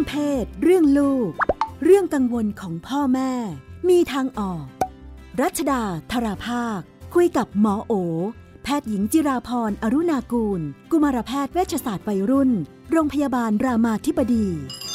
เพศเรื่องลูกเรื่องกังวลของพ่อแม่มีทางออกรัชดาธราภาคคุยกับหมอโอแพทย์หญิงจิราพรอรุณากูลกุมารแพทย์เวชศาสตร์วัยรุ่นโรงพยาบาลรามาธิบดี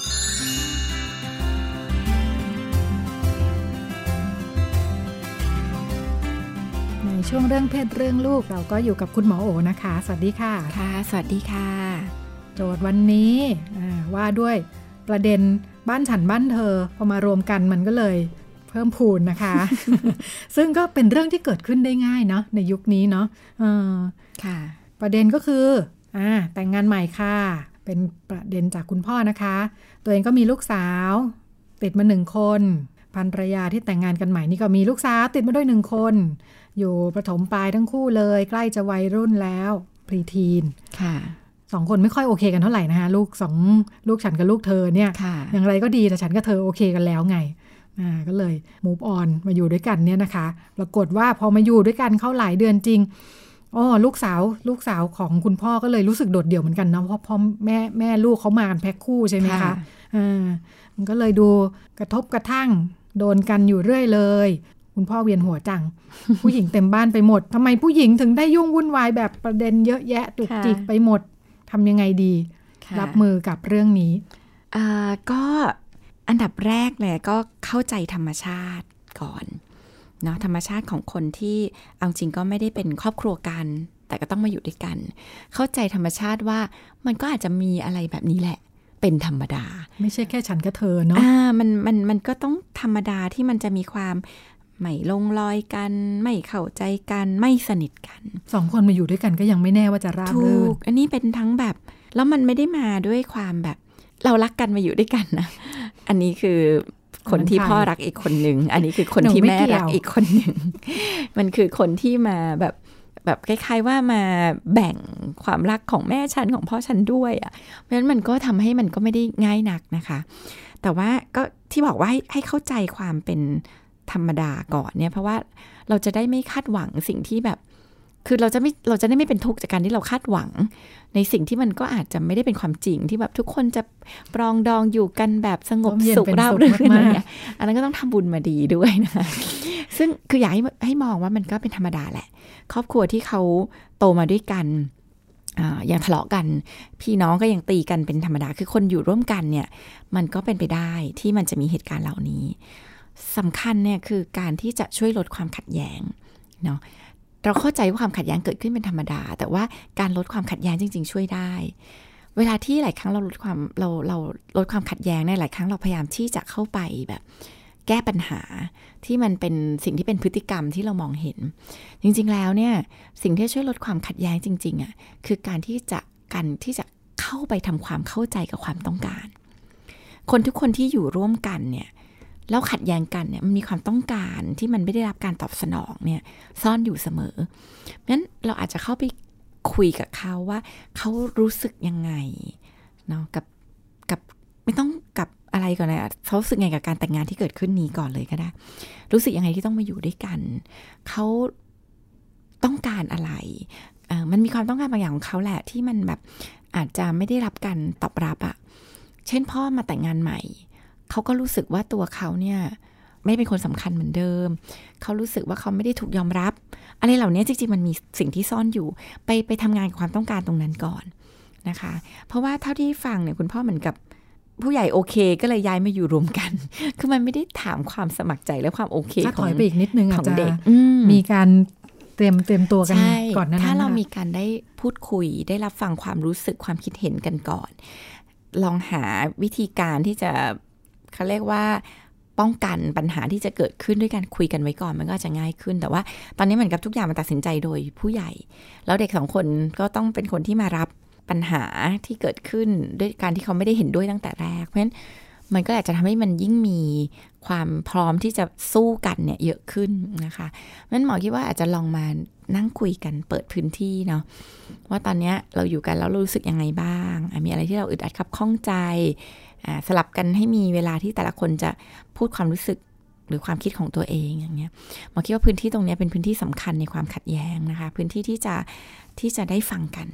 ในช่วงเรื่องเพศเรื่องลูกเราก็อยู่กับคุณหมอโอนะคะสวัสดีค่ะค่ะสวัสดีค่ะโจทย์วันนี้ว่าด้วยประเด็นบ้านฉันบ้านเธอพอมารวมกันมันก็เลยเพิ่มพูนนะคะ ซึ่งก็เป็นเรื่องที่เกิดขึ้นได้ง่ายเนาะในยุคนี้เนาะค่ะประเด็นก็คือแต่งงานใหม่ค่ะเป็นประเด็นจากคุณพ่อนะคะตัวเองก็มีลูกสาวติดมา1คนภรรยาที่แต่งงานกันใหม่นี่ก็มีลูกสาวติดมาด้วย1คนอยู่ประถมปลายทั้งคู่เลยใกล้จะวัยรุ่นแล้วพรีทีนค่ะ 2คนไม่ค่อยโอเคกันเท่าไหร่นะคะลูกฉันกับลูกเธอเนี่ยอย่างไรก็ดีแต่ฉันกับเธอโอเคกันแล้วไงก็เลย move on มาอยู่ด้วยกันเนี่ยนะคะปรากฏว่าพอมาอยู่ด้วยกันเข้าหลายเดือนจริงลูกสาวของคุณพ่อก็เลยรู้สึกโดดเดี่ยวเหมือนกันเนาะเพราะแม่ลูกเขามากันแพ็คคู่ใช่ไหมคะมันก็เลยดูกระทบกระทั่งโดนกันอยู่เรื่อยเลยคุณพ่อเวียนหัวจัง ผู้หญิงเต็มบ้านไปหมดทำไมผู้หญิงถึงได้ยุ่งวุ่นวายแบบประเด็นเยอะแยะตุกจิกไปหมดทำยังไงดีรับมือกับเรื่องนี้ก็อันดับแรกเลยก็เข้าใจธรรมชาติก่อนเนาะธรรมชาติของคนที่เอาจริงก็ไม่ได้เป็นครอบครัวกันแต่ก็ต้องมาอยู่ด้วยกันเข้าใจธรรมชาติว่ามันก็อาจจะมีอะไรแบบนี้แหละเป็นธรรมดาไม่ใช่แค่ฉันกับเธอเนาะมันก็ต้องธรรมดาที่มันจะมีความไม่ลงรอยกันไม่เข้าใจกันไม่สนิทกัน 2คนมาอยู่ด้วยกันก็ยังไม่แน่ว่าจะราบรื่นอันนี้เป็นทั้งแบบแล้วมันไม่ได้มาด้วยความแบบเรารักกันมาอยู่ด้วยกันนะอันนี้คือคนที่พ่อรักอีกคนหนึ่งอันนี้คือคนที่แม่รักอีกคนหนึ่งมันคือคนที่มาแบบคล้ายๆว่ามาแบ่งความรักของแม่ฉันของพ่อฉันด้วยอ่ะเพราะฉะนั้นมันก็ทำให้มันก็ไม่ได้ง่ายนักนะคะแต่ว่าก็ที่บอกว่าให้เข้าใจความเป็นธรรมดาก่อนเนี่ยเพราะว่าเราจะได้ไม่คาดหวังสิ่งที่แบบคือเราจะได้ไม่เป็นทุกข์จากการที่เราคาดหวังในสิ่งที่มันก็อาจจะไม่ได้เป็นความจริงที่แบบทุกคนจะปรองดองอยู่กันแบบสงบสุขราบรื่นอะไรอย่างเงี้ยอันนั้นก็ต้องทำบุญมาดีด้วยนะคะซึ่งคืออยากให้มองว่ามันก็เป็นธรรมดาแหละครอบครัวที่เขาโตมาด้วยกันยังทะเลาะกันพี่น้องก็ยังตีกันเป็นธรรมดาคือคนอยู่ร่วมกันเนี่ยมันก็เป็นไปได้ที่มันจะมีเหตุการณ์เหล่านี้สำคัญเนี่ยคือการที่จะช่วยลดความขัดแย้งเนาะเราเข้าใจว่าความขัดแย้งเกิดขึ้นเป็นธรรมดาแต่ว่าการลดความขัดแย้งจริงๆช่วยได้เวลาที่หลายครั้งเราลดความขัดแย้งในหลายครั้งเราพยายามที่จะเข้าไปแบบแก้ปัญหาที่มันเป็นสิ่งที่เป็นพฤติกรรมที่เรามองเห็นจริงๆแล้วเนี่ยสิ่งที่ช่วยลดความขัดแย้งจริงๆอ่ะคือการที่จะเข้าไปทำความเข้าใจกับความต้องการคนทุกคนที่อยู่ร่วมกันเนี่ยแล้วขัดแย้งกันเนี่ยมันมีความต้องการที่มันไม่ได้รับการตอบสนองเนี่ยซ่อนอยู่เสมองั้นเราอาจจะเข้าไปคุยกับเขาว่าเขารู้สึกยังไงเนาะกับไม่ต้องกับอะไรก่อนเลยเขารู้สึกไงกับการแต่งงานที่เกิดขึ้นนี้ก่อนเลยก็ได้รู้สึกยังไงที่ต้องมาอยู่ด้วยกันเขาต้องการอะไรมันมีความต้องการบางอย่างของเขาแหละที่มันแบบอาจจะไม่ได้รับการตอบรับอะเช่นพ่อมาแต่งงานใหม่เขาก็รู้สึกว่าตัวเขาเนี่ยไม่เป็นคนสำคัญเหมือนเดิมเขารู้สึกว่าเขาไม่ได้ถูกยอมรับอะไรเหล่านี้จริงๆมันมีสิ่งที่ซ่อนอยู่ไปทำงานกับความต้องการตรงนั้นก่อนนะคะเพราะว่าเท่าที่ฟังเนี่ยคุณพ่อเหมือนกับผู้ใหญ่โอเคก็เลยย้ายมาอยู่รวมกันคือมันไม่ได้ถามความสมัครใจและความโอเคของถอยไปอีกนิดนึงของเด็กมีการเตรียมตัวกันก่อนนั้นถ้าเรามีการได้พูดคุยได้รับฟังความรู้สึกความคิดเห็นกันก่อนลองหาวิธีการที่จะเขาเรียกว่าป้องกันปัญหาที่จะเกิดขึ้นด้วยการคุยกันไว้ก่อนมันก็จะง่ายขึ้นแต่ว่าตอนนี้เหมือนกับทุกอย่างมันตัดสินใจโดยผู้ใหญ่แล้วเด็ก2คนก็ต้องเป็นคนที่มารับปัญหาที่เกิดขึ้นด้วยการที่เขาไม่ได้เห็นด้วยตั้งแต่แรกเพราะฉะนั้นมันก็อาจจะทำให้มันยิ่งมีความพร้อมที่จะสู้กันเนี่ยเยอะขึ้นนะคะงั้นหมอคิดว่าอาจจะลองมานั่งคุยกันเปิดพื้นที่เนาะว่าตอนนี้เราอยู่กันแล้วรู้สึกยังไงบ้างมีอะไรที่เราอึดอัดขับข้องใจสลับกันให้มีเวลาที่แต่ละคนจะพูดความรู้สึกหรือความคิดของตัวเองอย่างเงี้ยหมอคิดว่าพื้นที่ตรงนี้เป็นพื้นที่สำคัญในความขัดแย้งนะคะพื้นที่ที่จะได้ฟังกัน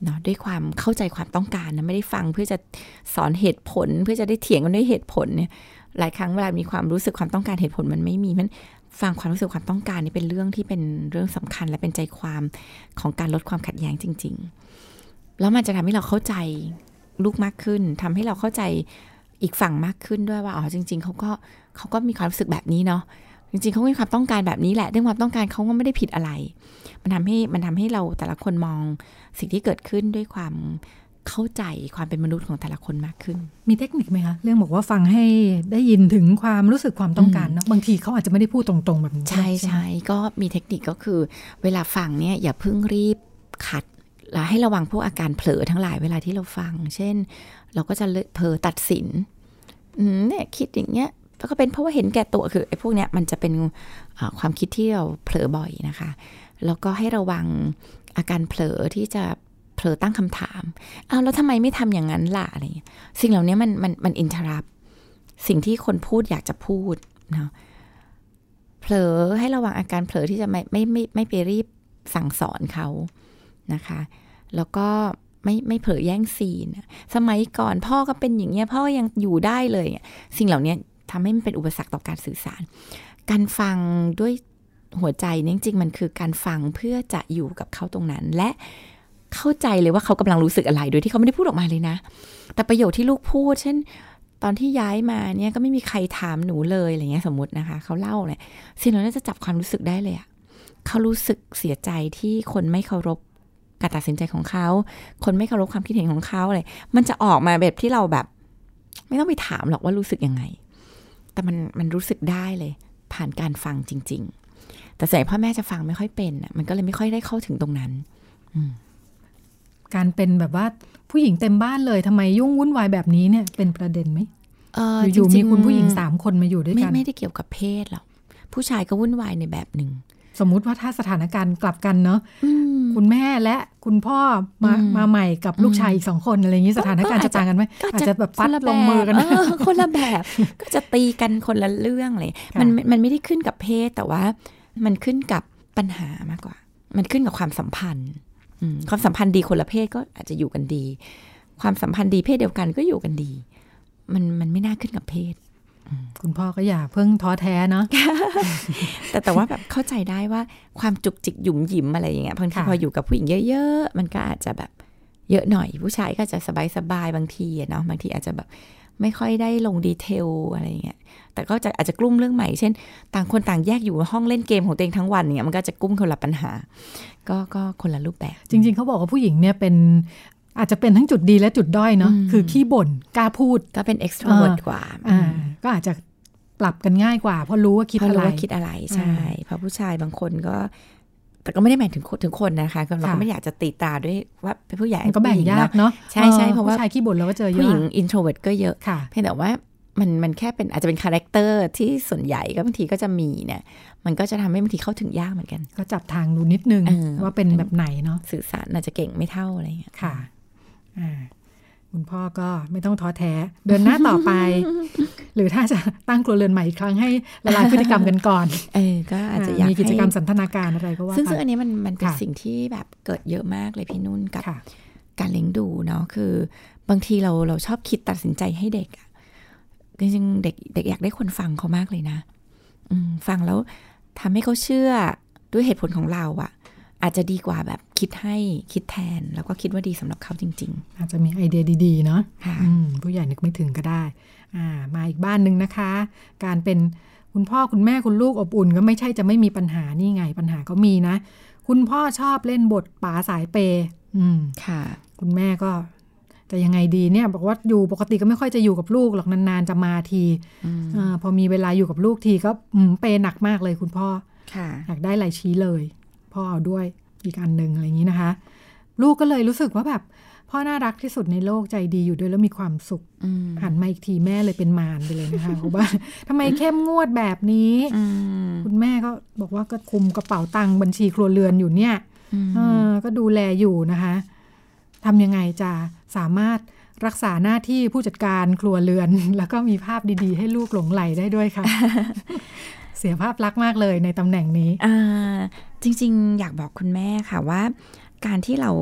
เนาะด้วยความเข้าใจความต้องการนะไม่ได้ฟังเพื่อจะสอนเหตุผลเพื่อจะได้เถียงกันด้วยเหตุผลเนี่ยหลายครั้งเวลามีความรู้สึกความต้องการเหตุผลมันไม่มีมันฟังความรู้สึกความต้องการนี่เป็นเรื่องที่เป็นเรื่องสำคัญและเป็นใจความของการลดความขัดแย้งจริงๆแล้วมันจะทำให้เราเข้าใจลูกมากขึ้นทำให้เราเข้าใจอีกฝั่งมากขึ้นด้วยว่าอ๋อจริงๆเขาก็มีความรู้สึกแบบนี้เนาะจริงๆเขามีความต้องการแบบนี้แหละด้วยความต้องการเขาก็ไม่ได้ผิดอะไรมันทำให้เราแต่ละคนมองสิ่งที่เกิดขึ้นด้วยความเข้าใจความเป็นมนุษย์ของแต่ละคนมากขึ้นมีเทคนิคไหมคะเรื่องบอกว่าฟังให้ได้ยินถึงความรู้สึกความต้องการเนาะบางทีเขาอาจจะไม่ได้พูดตรงๆแบบนี้ใช่ก็มีเทคนิคก็คือเวลาฟังเนี่ยอย่าเพิ่งรีบขัดแล้วให้ระวังพวกอาการเผลอทั้งหลายเวลาที่เราฟังเช่นเราก็จะเผลอตัดสินเนี่ยคิดอย่างเงี้ยแล้วก็เป็นเพราะว่าเห็นแก่ตัวคือไอ้พวกเนี้ยมันจะเป็นความคิดที่เราเผลอบ่อยนะคะแล้วก็ให้ระวังอาการเผลอที่จะเผลอตั้งคำถามแล้วทำไมไม่ทำอย่างนั้นล่ะอะไรสิ่งเหล่านี้มันอินเทอร์รัปสิ่งที่คนพูดอยากจะพูดเนาะเผลอให้ระวังอาการเผลอที่จะไม่ไปรีบสั่งสอนเขานะคะแล้วก็ไม่เผลอแย่งซีนสมัยก่อนพ่อก็เป็นอย่างเงี้ยพ่อยังอยู่ได้เลยสิ่งเหล่านี้ทำให้มันเป็นอุปสรรคต่อการสื่อสารการฟังด้วยหัวใจจริงๆมันคือการฟังเพื่อจะอยู่กับเขาตรงนั้นและเข้าใจเลยว่าเขากำลังรู้สึกอะไรโดยที่เขาไม่ได้พูดออกมาเลยนะแต่ประโยชน์ที่ลูกพูดเช่นตอนที่ย้ายมาเนี่ยก็ไม่มีใครถามหนูเลยอะไรเงี้ยสมมตินะคะเขาเล่าเนี่ยสิ่งเหล่านั้นจะจับความรู้สึกได้เลยเขารู้สึกเสียใจที่คนไม่เคารพการตัดสินใจของเขาคนไม่เคารพความคิดเห็นของเขาอะไรมันจะออกมาแบบที่เราแบบไม่ต้องไปถามหรอกว่ารู้สึกยังไงแต่มันรู้สึกได้เลยผ่านการฟังจริงๆแต่ส่วนใหญ่พ่อแม่จะฟังไม่ค่อยเป็นมันก็เลยไม่ค่อยได้เข้าถึงตรงนั้นการเป็นแบบว่าผู้หญิงเต็มบ้านเลยทำไมยุ่งวุ่นวายแบบนี้เนี่ยเป็นประเด็นไหมอยู่มีคุณผู้หญิง3 คนมาอยู่ด้วยกันไม่ได้เกี่ยวกับเพศหรอกผู้ชายก็วุ่นวายในแบบหนึ่งสมมุติว่าถ้าสถานการณ์กลับกันเนาะคุณแม่และคุณพ่อมาใหม่กับลูกชายอีก2 คนอะไรอย่างนี้สถานการณ์จะต่างกันไหมอาจจะแบบฟัดลงมือกันคนละแบบก็จะตีกันคนละเรื่องเลยมันไม่ได้ขึ้นกับเพศแต่ว่ามันขึ้นกับปัญหามากกว่ามันขึ้นกับความสัมพันธ์ความสัมพันธ์ดีคนละเพศก็อาจจะอยู่กันดีความสัมพันธ์ดีเพศเดียวกันก็อยู่กันดีมันไม่น่าขึ้นกับเพศคุณพ่อก็อย่าเพิ่งท้อแท้เนาะแต่ว่าแบบเข้าใจได้ว่าความจุกจิกหยุมหยิมอะไรอย่างเงี้ยบางทีพออยู่กับผู้หญิงเยอะๆมันก็อาจจะแบบเยอะหน่อยผู้ชายก็จะสบายๆบางทีเนาะบางทีอาจจะแบบไม่ค่อยได้ลงดีเทลอะไรอย่างเงี้ยแต่ก็อาจจะกลุ้มเรื่องใหม่เช่นต่างคนต่างแยกอยู่ห้องเล่นเกมของตัวเองทั้งวันเนี่ยมันก็จะกลุ้มคนละปัญหาก็คนละรูปแบบจริงๆเขาบอกว่าผู้หญิงเนี่ยเป็นอาจจะเป็นทั้งจุดดีและจุดด้อยเนาะคือขี้บ่นกล้าพูดก็เป็น extrovert กว่าก็อาจจะปรับกันง่ายกว่าเพราะรู้ว่าคิดอะไรใช่เพราะผู้ชายบางคนก็แต่ก็ไม่ได้หมายถึงคนนะคะเราก็ไม่อยากจะตีตาด้วยว่าเป็นผู้ใหญ่ก็แบ่งยากเนาะใช่เพราะว่าผู้ชายขี้บ่นเราก็เจอเยอะผู้หญิง introvert ก็เยอะเพียงแต่ว่ามันแค่เป็นอาจจะเป็นคาแรคเตอร์ที่ส่วนใหญ่ก็บางทีก็จะมีเนี่ยมันก็จะทำให้บางทีเข้าถึงยากเหมือนกันก็จับทางดูนิดนึงว่าเป็นแบบไหนเนาะสื่อสารอาจจะเก่งไม่เท่าอะไรอย่างเงี้ยค่ะคุณพ่อก็ไม่ต้องท้อแท้เดินหน้าต่อไป หรือถ้าจะตั้งครัวเรือนใหม่อีกครั้งให้ละลายพฤติกรรมกันก่อนก็อาจจะอยากมีกิจกรรมสันทนาการอะไรก็ว่าซึ่งอันนี้มันเป็นสิ่งที่แบบเกิดเยอะมากเลยพี่นุ่นกับการเลี้ยงดูเนาะคือบางทีเราชอบคิดตัดสินใจให้เด็กจริงๆเด็กอยากได้คนฟังเขามากเลยนะฟังแล้วทำให้เขาเชื่อด้วยเหตุผลของเราอาจจะดีกว่าแบบคิดแทนแล้วก็คิดว่าดีสำหรับเขาจริงๆอาจจะมีไอเดียดีๆเนาะผู้ใหญ่นึกไม่ถึงก็ได้มาอีกบ้านนึงนะคะการเป็นคุณพ่อคุณแม่คุณลูกอบอุ่นก็ไม่ใช่จะไม่มีปัญหานี่ไงปัญหาก็มีนะคุณพ่อชอบเล่นบทป๋าสายเปย์ค่ะคุณแม่ก็จะยังไงดีเนี่ยบอกว่าอยู่ปกติก็ไม่ค่อยจะอยู่กับลูกหรอกนานๆจะมาทีพอมีเวลาอยู่กับลูกทีก็เปย์หนักมากเลยคุณพ่ออยากได้อะไรชี้เลยพ่อเอาด้วยอีกอันนึงอะไรอย่างนี้นะคะลูกก็เลยรู้สึกว่าแบบพ่อน่ารักที่สุดในโลกใจดีอยู่ด้วยแล้วมีความสุขหันมาอีกทีแม่เลยเป็นมารไปเลยนะคะเพราะว่าทำไมเข้มงวดแบบนี้คุณแม่ก็บอกว่าก็คุมกระเป๋าตังค์บัญชีครัวเรือนอยู่เนี่ยก็ดูแลอยู่นะคะทำยังไงจะสามารถรักษาหน้าที่ผู้จัดการครัวเรือนแล้วก็มีภาพดีๆให้ลูกหลงไหลได้ด้วยค่ะ เสียภาพลักษณ์มากเลยในตำแหน่งนี้จริงๆอยากบอกคุณแม่ค่ะว่าการที่เรา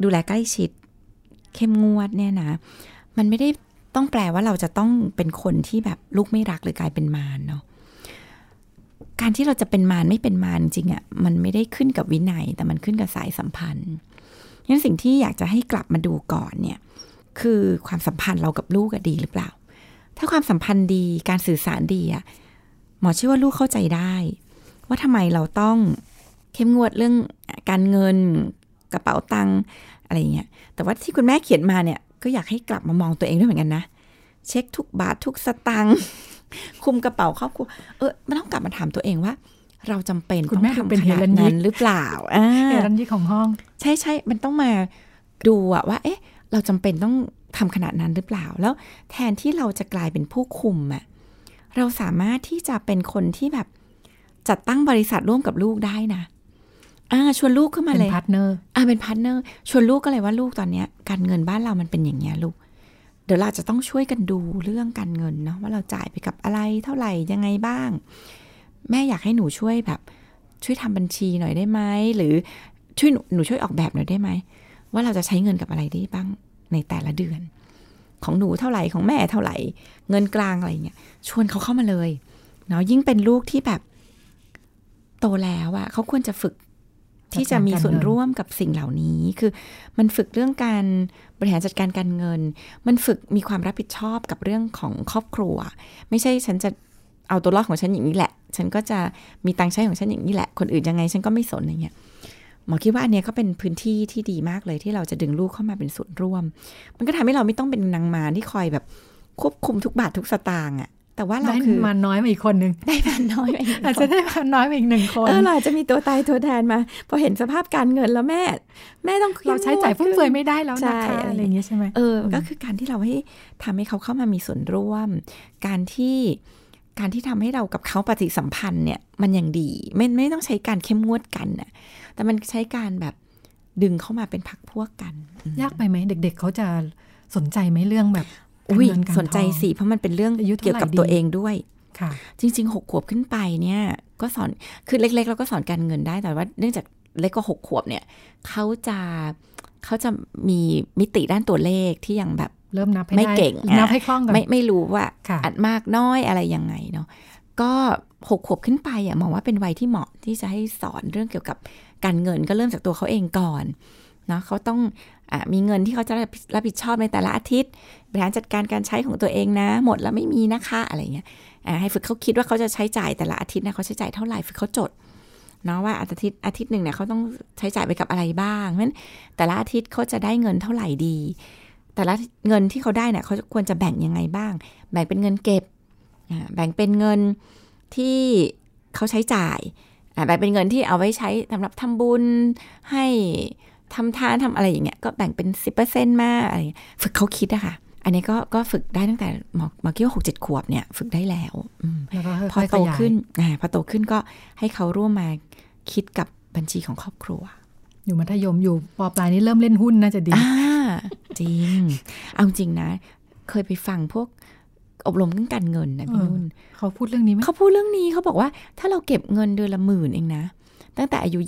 ดูแลใกล้ชิดเข้มงวดเนี่ยนะมันไม่ได้ต้องแปลว่าเราจะต้องเป็นคนที่แบบลูกไม่รักหรือกลายเป็นมารเนาะการที่เราจะเป็นมารไม่เป็นมารจริงอ่ะมันไม่ได้ขึ้นกับวินัยแต่มันขึ้นกับสายสัมพันธ์งั้นสิ่งที่อยากจะให้กลับมาดูก่อนเนี่ยคือความสัมพันธ์เรากับลูกดีหรือเปล่าถ้าความสัมพันธ์ดีการสื่อสารดีอ่ะหมอเชื่อว่าลูกเข้าใจได้ว่าทำไมเราต้องเข้มงวดเรื่องการเงินกระเป๋าตังค์อะไรเงี้ยแต่ว่าที่คุณแม่เขียนมาเนี่ยก็อยากให้กลับมามองตัวเองด้วยเหมือนกันนะเช็คทุกบาททุกสตางค์คุมกระเป๋าครอบครัวมันต้องกลับมาถามตัวเองว่าเราจำเป็นต้องทำขนาดนั้นหรือเปล่าเฮรันยิกของห้องใช่มันต้องมาดูว่าเอ๊ะเราจำเป็นต้องทำขนาดนั้นหรือเปล่าแล้วแทนที่เราจะกลายเป็นผู้คุมเราสามารถที่จะเป็นคนที่แบบจัดตั้งบริษัทร่วมกับลูกได้นะชวนลูกขึ้นมาเลยเป็นพาร์ทเนอร์เป็นพาร์ทเนอร์ชวนลูกก็เลยว่าลูกตอนนี้การเงินบ้านเรามันเป็นอย่างเงี้ยลูกเดี๋ยวเราจะต้องช่วยกันดูเรื่องการเงินเนาะว่าเราจ่ายไปกับอะไรเท่าไหร่ยังไงบ้างแม่อยากให้หนูช่วยแบบช่วยทำบัญชีหน่อยได้ไหมหรือช่วยหนูช่วยออกแบบหน่อยได้ไหมว่าเราจะใช้เงินกับอะไรได้บ้างในแต่ละเดือนของหนูเท่าไหร่ของแม่เท่าไหร่เงินกลางอะไรเงี้ยชวนเขาเข้ามาเลยเนาะยิ่งเป็นลูกที่แบบโตแล้วเขาควรจะฝึกที่จะมีส่วนร่วมกับสิ่งเหล่านี้คือมันฝึกเรื่องการบริหารจัดการการเงินมันฝึกมีความรับผิดชอบกับเรื่องของครอบครัวไม่ใช่ฉันจะเอาตัวรอดของฉันอย่างนี้แหละฉันก็จะมีตังค์ใช้ของฉันอย่างนี้แหละคนอื่นยังไงฉันก็ไม่สนอย่างเงี้ยหมอคิดว่าอันนี้ก็เป็นพื้นที่ที่ดีมากเลยที่เราจะดึงลูกเข้ามาเป็นส่วนร่วมมันก็ทำให้เราไม่ต้องเป็นนางมารที่คอยแบบควบคุมทุกบาททุกสตางค์แต่ว่าเราคือมันน้อยมาอีกคนนึงได้มันน้อยอาจจะได้มันน้อยมาอีกหนึ่งคนเราจะมีตัวตายตัวแทนมาพอเห็นสภาพการเงินแล้วแม่ต้องเราใช้จ่ายฟุ่มเฟือยไม่ได้แล้วนะคะอะไรอย่างเงี้ยใช่ไหมก็คือการที่เราให้ทำให้เขาเข้ามามีส่วนร่วมการที่ทำให้เรากับเขาปฏิสัมพันธ์เนี่ยมันอย่างดีไม่ต้องใช้การเข้มงวดกันแต่มันใช้การแบบดึงเข้ามาเป็นพรรคพวกกันยากไปไหมเด็กๆเขาจะสนใจไหมเรื่องแบบสนใจสิเพราะมันเป็นเรื่องเกี่ยวกับตัวเองด้วยจริงๆ6 ขวบขึ้นไปเนี่ยก็สอนคือเล็กๆเราก็สอนการเงินได้แต่ว่าเนื่องจากเล็กกว่า6 ขวบเนี่ยเขาจะมีมิติด้านตัวเลขที่ยังแบบเริ่มนับไม่เก่งนับให้คล่องกันไม่รู้ว่าอัดมากน้อยอะไรยังไงเนาะก็6 ขวบขึ้นไปมองว่าเป็นวัยที่เหมาะที่จะให้สอนเรื่องเกี่ยวกับการเงินก็เริ่มจากตัวเขาเองก่อนเนาะเขาต้องมีเงินที่เขาจะรับผิดชอบในแต่ละอาทิตย์บริหารจัดการการใช้ของตัวเองนะหมดแล้วไม่มีนะคะอะไรเงี้ยให้ฝึกเขาคิดว่าเขาจะใช้จ่ายแต่ละอาทิตย์นะเขาใช้จ่ายเท่าไหร่ฝึกเขาจดเนาะว่าอาทิตย์หนึ่งเนี่ยเขาต้องใช้จ่ายไปกับอะไรบ้างเพราะฉะนั้นแต่ละอาทิตย์เขาจะได้เงินเท่าไหร่ดีแต่ละเงินที่เขาได้เนี่ยเขาควรจะแบ่งยังไงบ้างแบ่งเป็นเงินเก็บแบ่งเป็นเงินที่เขาใช้จ่ายแบ่งเป็นเงินที่เอาไว้ใช้สำหรับทำบุญให้ทำทานทำอะไรอย่างเงี้ยก็แบ่งเป็น 10% มาอะไรฝึกเขาคิดอะค่ะอันนี้ก็ฝึกได้ตั้งแต่หมอคิดว่า6-7 ขวบเนี่ยฝึกได้แล้วพอโตขึ้นก็ให้เขาร่วมมาคิดกับบัญชีของครอบครัวอยู่มัธยมอยู่ป.ปลายนี่เริ่มเล่นหุ้นน่าจะดีจริงเอาจริงนะเคยไปฟังพวกอบรมเรื่องการเงินนะพี่นุ่นเขาพูดเรื่องนี้ไหมเขาพูดเรื่องนี้เขาบอกว่าถ้าเราเก็บเงินเดือนละ10,000เองนะตั้งแต่อายุ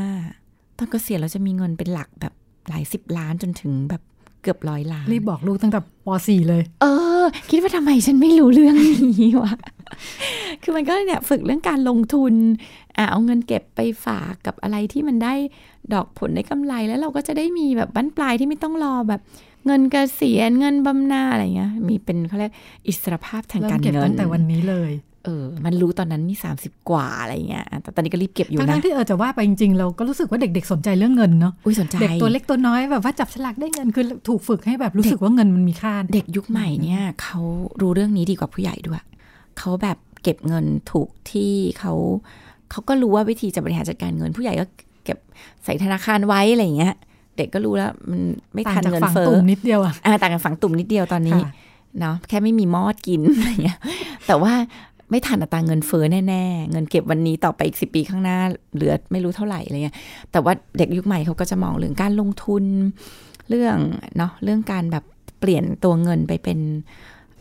25ตอนเกษียณเราจะมีเงินเป็นหลักแบบหลาย10 ล้านจนถึงแบบเกือบ100 ล้านรีบบอกลูกตั้งแต่ป.4 เลยคิดว่าทำไมฉันไม่รู้เรื่องนี้วะ คือมันก็เนี่ยฝึกเรื่องการลงทุนเอาเงินเก็บไปฝากกับอะไรที่มันได้ดอกผลได้กำไรแล้วเราก็จะได้มีแบบบั้นปลายที่ไม่ต้องรอแบบเงินเกษียณเงินบำนาญอะไรเงี้ยมีเป็นเขาเรียกอิสรภาพทางการเงินตั้งแต่วันนี้เลยมันรู้ตอนนั้นนี่30 กว่าอะไรเงี้ยแต่ตอนนี้ก็รีบเก็บอยู่นะทั้งที่จะว่าไปจริงๆเราก็รู้สึกว่าเด็กๆสนใจเรื่องเงินเนาะสนใจเด็กตัวเล็กตัวน้อยแบบว่าจับฉลากได้เงินคือถูกฝึกให้แบบรู้สึกว่าเงินมันมีค่าเด็กยุคใหม่เนี่ยเขารู้เรื่องนี้ดีกว่าผู้ใหญ่ด้วยเขาแบบเก็บเงินถูกที่เขาก็รู้ว่าวิธีจะบริหารจัดการเงินผู้ใหญ่ก็เก็บใส่ธนาคารไว้อะไรเงี้ยเด็กก็รู้แล้วมันไม่ทันเงินเฟ้อต่างจากฝังตุ่มนิดเดียวต่างกันฝังตุ่มนิดเดียวตอนนี้เนาะแค่ไม่มีมอดกินอะไรเงี้ยแต่ว่าไม่ทันอัตราเงินเฟ้อแน่ๆเงินเก็บวันนี้ต่อไปอีก10 ปีข้างหน้าเหลือไม่รู้เท่าไหร่อะไรเงี้ยแต่ว่าเด็กยุคใหม่เขาก็จะมองเรื่องการลงทุนเรื่องการแบบเปลี่ยนตัวเงินไปเป็น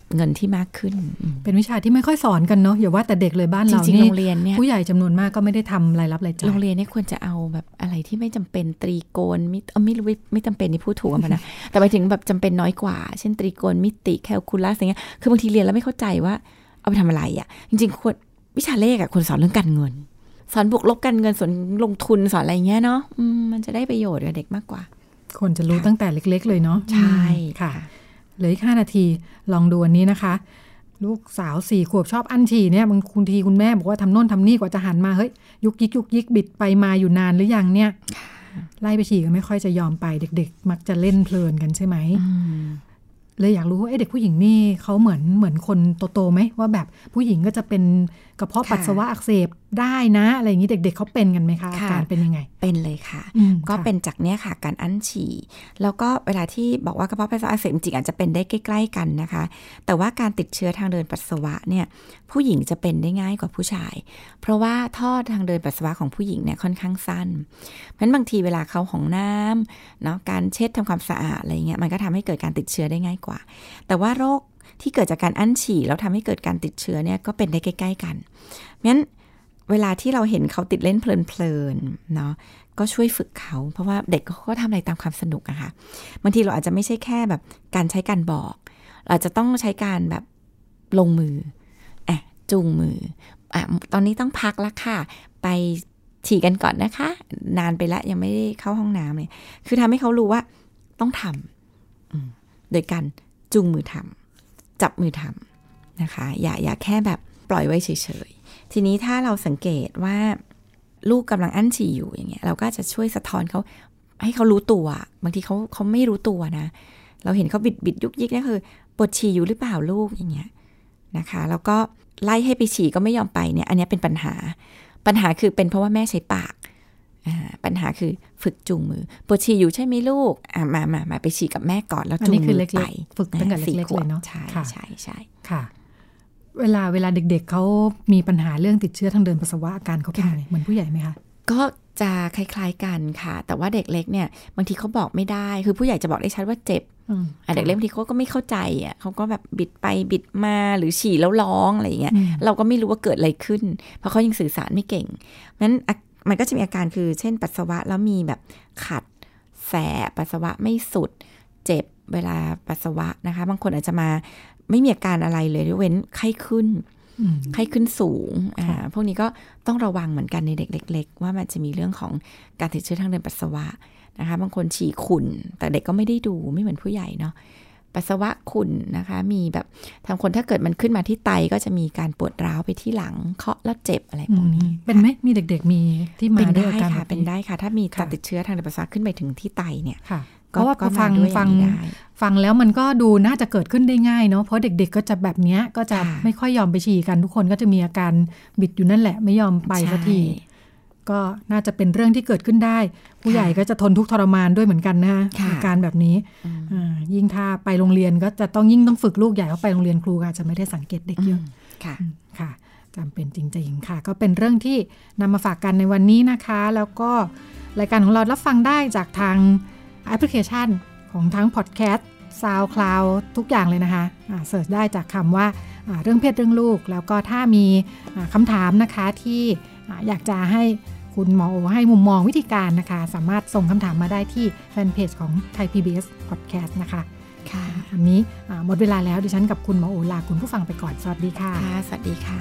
เงินที่มากขึ้นเป็นวิชาที่ไม่ค่อยสอนกันเนาะอย่าว่าแต่เด็กเลยบ้านเรานี่โรงเรียนเนี่ยผู้ใหญ่จำนวนมากก็ไม่ได้ทำรายรับรายจ่ายโรงเรียนเนี่ยควรจะเอาแบบอะไรที่ไม่จำเป็นตรีโกณไม่รู้ไม่จำเป็นนี่พูดถูกมั้ยนะ แต่ไปถึงแบบจำเป็นน้อยกว่าเช่นตรีโกณมิติแคลคูลัสอย่างเงี้ยคือบางทีเรียนแล้วไม่เข้าใจว่าเอาไปทำอะไรอ่ะจริงๆควรวิชาเลขอ่ะควรสอนเรื่องการเงินสอนบวกลบการเงินสอนลงทุนสอนอะไรเงี้ยเนาะมันจะได้ประโยชน์กับเด็กมากกว่าควรจะรู้ตั้งแต่เล็กๆเลยเนาะใช่ค่ะเหลืออีก5 นาทีลองดูอันนี้นะคะลูกสาว4 ขวบชอบอั้นฉี่เนี่ยบางทีคุณแม่บอกว่าทำโน่นทำนี่กว่าจะหันมาเฮ้ยยุกยิกบิดไปมาอยู่นานหรือยังเนี่ยไล่ไปฉี่ก็ไม่ค่อยจะยอมไปเด็กๆมักจะเล่นเพลินกันใช่ไหมเลยอยากรู้ว่าเด็กผู้หญิงนี่เขาเหมือนคนโตๆไหมว่าแบบผู้หญิงก็จะเป็นกระเพาะปัสสาวะอักเสบได้นะอะไรอย่างนี้เด็กๆเขาเป็นกันไหมคะอาการเป็นยังไงเป็นเลยค่ะก็เป็นจากเนี้ยค่ะการอั้นฉี่แล้วก็เวลาที่บอกว่ากระเพาะปัสสาวะอักเสบจริงอาจจะเป็นได้ใกล้ๆกันนะคะแต่ว่าการติดเชื้อทางเดินปัสสาวะเนี่ยผู้หญิงจะเป็นได้ง่ายกว่าผู้ชายเพราะว่าท่อทางเดินปัสสาวะของผู้หญิงเนี่ยค่อนข้างสั้นเพราะฉะนั้นบางทีเวลาเข้าห้องน้ำเนาะการเช็ดทำความสะอาดอะไรเงี้ยมันก็ทำให้เกิดการติดเชื้อได้ง่ายกว่าแต่ว่าโรคที่เกิดจากการอั้นฉี่แล้วทำให้เกิดการติดเชื้อเนี่ยก็เป็นได้ใกล้ๆกันงั้นเวลาที่เราเห็นเขาติดเล่นเพลินๆเนาะก็ช่วยฝึกเขาเพราะว่าเด็กเขาก็ทำอะไรตามความสนุกอะค่ะบางทีเราอาจจะไม่ใช่แค่แบบการใช้การบอกเราจะต้องใช้การแบบลงมือจูงมือตอนนี้ต้องพักแล้วค่ะไปฉี่กันก่อนนะคะนานไปแล้วยังไม่ได้เข้าห้องน้ำเลยคือทำให้เขารู้ว่าต้องทำโดยการจูงมือทำจับมือทำนะคะอย่าแค่แบบปล่อยไว้เฉยๆทีนี้ถ้าเราสังเกตว่าลูกกำลังอั้นฉี่อยู่อย่างเงี้ยเราก็จะช่วยสะท้อนเขาให้เขารู้ตัวบางทีเขาไม่รู้ตัวนะเราเห็นเขาบิดยุกยิกนี่คือปวดฉี่อยู่หรือเปล่าลูกอย่างเงี้ยนะคะแล้วก็ไล่ให้ไปฉี่ก็ไม่ยอมไปเนี่ยอันนี้เป็นปัญหาคือเป็นเพราะว่าแม่ใช้ปากปัญหาคือฝึกจูงมือปวดฉี่อยู่ใช่ไหมลูกมาไปฉี่กับแม่ก่อนแล้วจูงมือไปฝึกตั้งแต่เล็กๆเลยเนาะใช่ค่ะเวลาเด็กๆเขามีปัญหาเรื่องติดเชื้อทางเดินปัสสาวะอาการเขาเป็นไงเหมือนผู้ใหญ่ไหมคะก็จะคล้ายๆกันค่ะแต่ว่าเด็กเล็กเนี่ยบางทีเขาบอกไม่ได้คือผู้ใหญ่จะบอกได้ชัดว่าเจ็บเด็กเล็กบางทีเขาก็ไม่เข้าใจอ่ะเขาก็แบบบิดไปบิดมาหรือฉี่แล้วร้องอะไรอย่างเงี้ยเราก็ไม่รู้ว่าเกิดอะไรขึ้นเพราะเขายังสื่อสารไม่เก่งงั้นมันก็จะมีอาการคือเช่นปัสสาวะแล้วมีแบบขัดแสบปัสสาวะไม่สุดเจ็บเวลาปัสสาวะนะคะบางคนอาจจะมาไม่มีอาการอะไรเลยยกเว้นไข้ขึ้นสูงพวกนี้ก็ต้องระวังเหมือนกันในเด็กเล็กๆว่ามันจะมีเรื่องของการติดเชื้อทางเดินปัสสาวะนะคะบางคนฉี่ขุ่นแต่เด็กก็ไม่ได้ดูไม่เหมือนผู้ใหญ่เนาะปัสสาวะขุ่นนะคะมีแบบทางคนถ้าเกิดมันขึ้นมาที่ไตก็จะมีการปวดร้าวไปที่หลังเคาะแล้วเจ็บอะไรพวกนี้เป็นไหมมีเด็กๆมีที่มาด้วยอาการเป็นได้ค่ะถ้ามีการติดเชื้อทางเดินปัสสาวะขึ้นไปถึงที่ไตเนี่ยเพราะว่าฟังแล้วมันก็ดูน่าจะเกิดขึ้นได้ง่ายเนาะเพราะเด็กๆก็จะแบบนี้ก็จะไม่ค่อยยอมไปฉี่กันทุกคนก็จะมีอาการบิดอยู่นั่นแหละไม่ยอมไปสักทีก็น่าจะเป็นเรื่องที่เกิดขึ้นได้ผู้ใหญ่ก็จะทนทุกข์ทรมานด้วยเหมือนกันนะอาการแบบนี้ยิ่งถ้าไปโรงเรียนก็จะต้องฝึกลูกใหญ่เขาไปโรงเรียนครูอาจจะไม่ได้สังเกตเด็กเยอะค่ะจำเป็นจริงๆค่ะก็เป็นเรื่องที่นำมาฝากกันในวันนี้นะคะแล้วก็รายการของเรารับฟังได้จากทางแอปพลิเคชันของทั้งพอดแคสต์ SoundCloud ทุกอย่างเลยนะคะเสิร์ชได้จากคำว่าเรื่องเพศเรื่องลูกแล้วก็ถ้ามีคำถามนะคะที่อยากจะให้คุณหมอโอให้มุมมองวิธีการนะคะสามารถส่งคำถามมาได้ที่แฟนเพจของ Thai PBS Podcast นะคะค่ะวันนี้หมดเวลาแล้วดิฉันกับคุณหมอโอลาคุณผู้ฟังไปก่อนสวัสดีค่ะสวัสดีค่ะ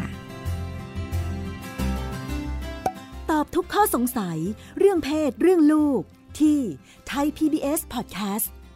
ตอบทุกข้อสงสัยเรื่องเพศเรื่องลูกที่ Thai PBS Podcast